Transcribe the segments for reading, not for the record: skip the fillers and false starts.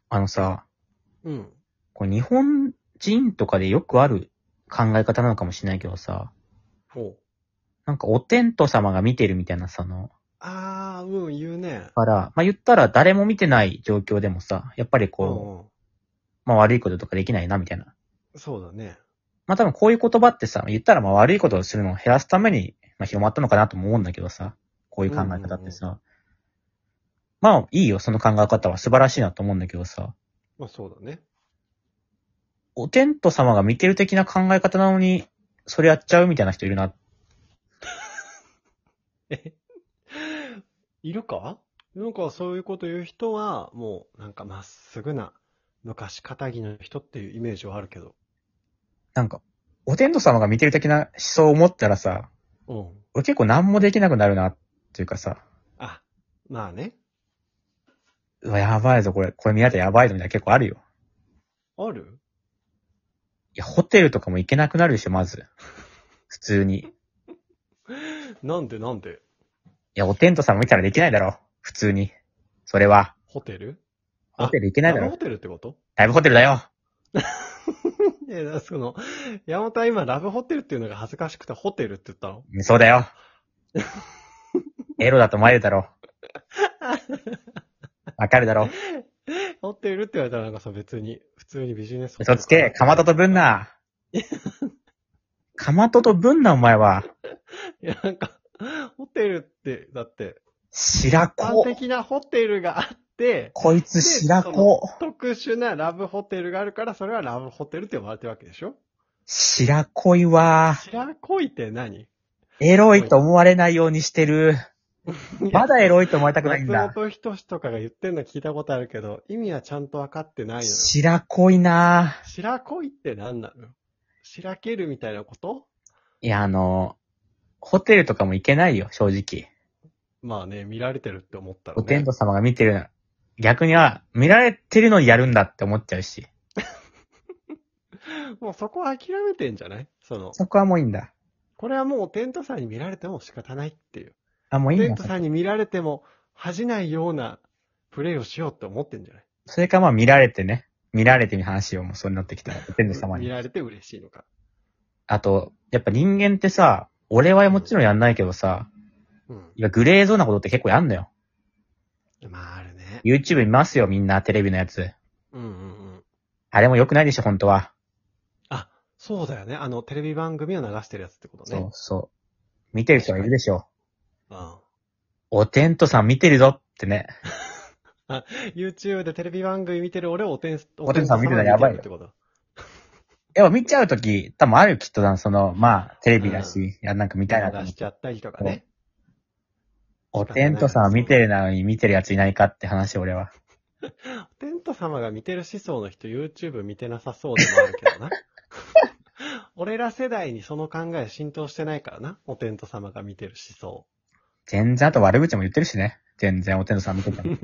あのさ、 うん。 これ日本人とかでよくある考え方なのかもしれないけどさ、 ほう。 なんかお天道様が見てるみたいなさ、 言うね。 から、まあ、言ったら誰も見てない状況でもさ、やっぱりこう、 うんまあ悪いこととかできないなみたいな。 そうだね。 まあ多分こういう言葉ってさ、言ったらまあ悪いことをするのを減らすために、まあ広まったのかなとも思うんだけどさ、こういう考え方ってさ、まあいいよ、その考え方は素晴らしいなと思うんだけどさ、 まあそうだね。 お天道様が見てる的な考え方なのに、それやっちゃうみたいな人いるな。 え、いるかなんかそういうこと言う人は、もうなんかまっすぐな昔仇の人っていうイメージはあるけど。 なんか、お天道様が見てる的な思想を持ったらさ、 うん。 俺結構何もできなくなるなっていうかさ、 あ、まあね。 うわ、やばいぞ、これ見られたらやばいぞみたいな結構あるよ。 あるいや、ホテルとかも行けなくなるでしょ、まず。普通に。いなんでや、お天道様見たらできないだろ。普通に。それは。 ホテルホテル行けないだろ。 ラブホテルってこと？ ライブホテルだよ。 山本は今ラブホテルっていうのが恥ずかしくてホテルって言ったの？ そうだよ。エロだと思われるだろ。わかるだろ。 ホテルって言われたらなんかさ、別に、普通にビジネスホテ嘘つけ、 ルかなってかまととぶんな。かまととぶんな、お前は。 いや、なんか、ホテルって、だって、 白一般子。 的なホテルがあって、 こいつ白子。 特殊なラブホテルがあるから、それはラブホテルって呼ばれてるわけでしょ？ 白恋は、 白恋って何？ エロいと思われないようにしてる。 いやまだエロいと思われたくないん松だ。 本人志とかが言ってんの聞いたことあるけど、意味はちゃんとわかってないのよ。 白恋な。 白恋って何なの？白けるみたいなこと？ いや、ホテルとかも行けないよ、正直。 まあね、見られてるって思ったらお天ね。 道様が見てる。逆には、見られてるのにやるんだって思っちゃうし。 もうそこは諦めてんじゃない？ そこはもういいんだ。 これはもうおテントさんに見られても仕方ないっていう。 あ、もうおテンいいんだ。 トさんに見られても恥じないようなプレイをしようって思ってんじゃない？ それかまあ見られてね。見られてみ話をもうそうなってきたら、お天道様に。 見られて嬉しいのか。 あと、やっぱ人間ってさ、俺はもちろんやんないけどさ、 ういや、グレーゾーンなことって結構やんのよ。 ん。まああるね。 YouTube 見ますよ、みんな、テレビのやつ。 うんうんうん。 あれも良くないでしょ、本当は。 あ、そうだよね。テレビ番組を流してるやつってことね。 そうそう。見てる人がいるでしょ。 うん。 お天道さん見てるぞってね。 YouTube でテレビ番組見てる俺をおテントお天道さん見てる様が見のやばいよ。 てるってこと。 やっぱ見ちゃうとき、多分あるよ、きっとな、まあ、テレビだし、 うん。 いや、なんか見たいなと見逃思って。 しちゃったりとかね。 お天道さんは見てるのに見てるやついないかって話、俺は。 おテント様が見てる思想の人 YouTube 見てなさそうでもあるけどな。俺ら世代にその考え浸透してないからな。おテント様が見てる思想。 全然、あと悪口も言ってるしね。全然、お天道さん見てても。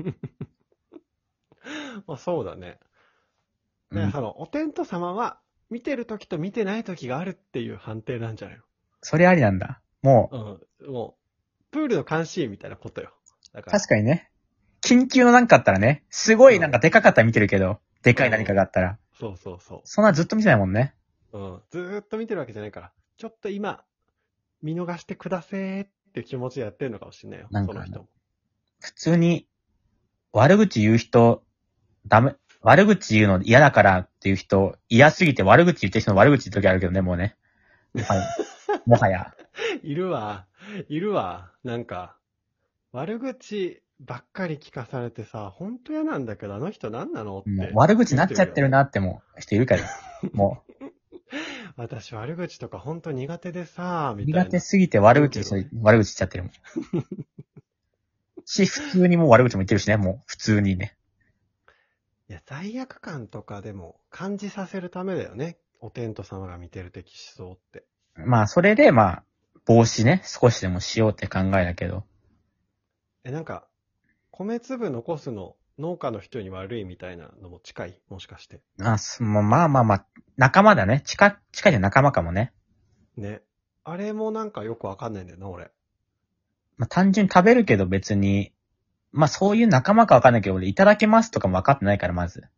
まあそうだね。 うん。 おテント様は見てる時と見てない時があるっていう判定なんじゃないそれありなんだ。もう、 の？うん。もう、プールの監視員みたいなことよ。だから。 確かにね。緊急のなんかあったらね、すごいなんうん。 かでかかったら見てるけど、でかい何かがあったら。 そうそうそそんなずっと見てないもんね。 う。うん。ずーっと見てるわけじゃないから。ちょっと今、見逃してくだせーっていう気持ちでやってるのかもしれないよ。 なんかその人も。 普通に、悪口言う人、ダメ、悪口言うの嫌だからっていう人、嫌すぎて悪口言ってる人の悪口言う時あるけどね、もうね。もはや。もはや。 いるわ。いるわ。なんか、悪口ばっかり聞かされてさ、ほんと嫌なんだけど、あの人何なのっもうて悪口になっ言ってるよね。 ちゃってるなっても人いるから。も私悪口とかほんと苦手でさ、 う、苦みたいな。 手すぎて悪口し、 言うけどね。 悪口しちゃってるもん。し、普通にもう悪口も言ってるしね、もう、普通にね。 いや、罪悪感とかでも感じさせるためだよね。お天道様が見てる的思想って。 まあ、それで、まあ、防止ね、少しでもしようって考えだけど。 なんか、米粒残すの農家の人に悪いみたいなのも近い？もしかして。 まあまあまあ、仲間だね。近いで仲間かもね。 ね。あれもなんかよくわかんないんだよな、俺。 まあ単純に食べるけど別に、 まあそういう仲間かわかんないけど、俺いただけますとかも分かってないから、まず。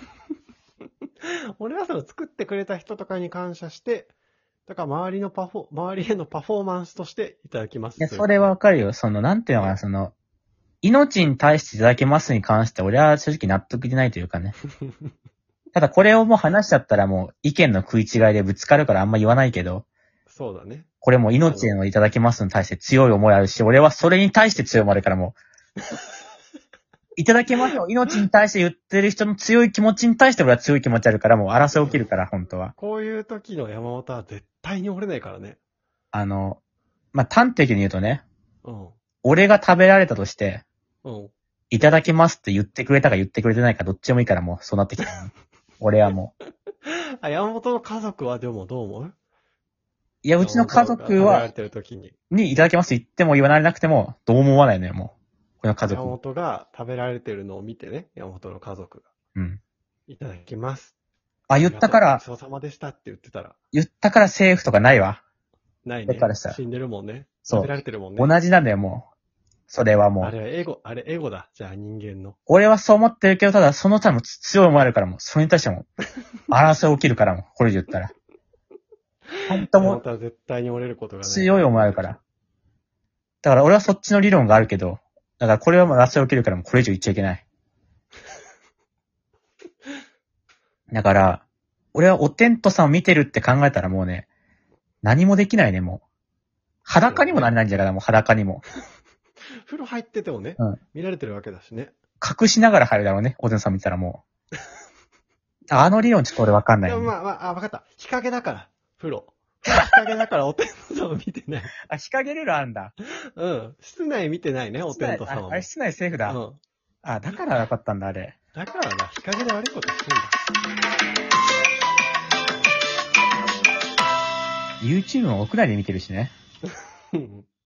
俺はその作ってくれた人とかに感謝して、だから周りへのパフォーマンスとしていただきます。 いや、それはわかるよ。なんていうのかな、命に対していただけますに関して俺は正直納得でないというかね。ただこれをもう話しちゃったらもう意見の食い違いでぶつかるからあんま言わないけど、 そうだね。 これもう命へのいただきますに対して強い思いあるし、俺はそれに対して強い思いあるからもう、いただきますよ。命に対して言ってる人の強い気持ちに対して俺は強い気持ちあるから、もう争い起きるから、本当は。 こういう時の山本は絶対に折れないからね。 まあ、端的に言うとね、 うん。 俺が食べられたとして、 うん。 いただきますって言ってくれたか言ってくれてないかどっちでもいいからもうそうなってきた、ね。俺はもう。 あ、山本の家族はでもどう思う？ いや、うちの家族は、 食べられてる時に。 いただきます言っても言われなくても、どうも思わないのよ、もう。この家族。 山本が食べられてるのを見てね、山本の家族が。 うん。 いただきます。 あ、言ったから、 ごちそうさまでしたって言ってたら。 言ったからセーフとかないわ。 ないね。 だからさ死んでるもんね。 そう。 食べられてるもんね。 同じなんだよ、もう。それはもう。 あれエゴだ。じゃあ人間の。 俺はそう思ってるけど、ただその他も強い思えるからもう、それに対しても、争い起きるからもう、これ以上言ったら。本当も山本は絶対に折れることがない。 強い思いあるから。だから俺はそっちの理論があるけど、だからこれはもう争い起きるからもうこれ以上言っちゃいけない。だから、俺はおテントさんを見てるって考えたらもうね、何もできないね、もう。裸にもなれないんじゃないかな、もう裸にも。 風呂入っててもね、 うん見られてるわけだしね。 隠しながら入るだろうね、おテントさん見たらもう。あの理論ちょっと俺わかんない、ね。 でもわかった。日陰だから、風呂。日陰だからお天道様見てない。 あ、日陰ルールあんだ。 うん。室内見てないね、お天道様も。 あれ室内セーフだ。 うん。 あ、だからよかったんだ、あれ。 だからな、日陰で悪いことしてんだ。 YouTube も屋内で見てるしね。 うん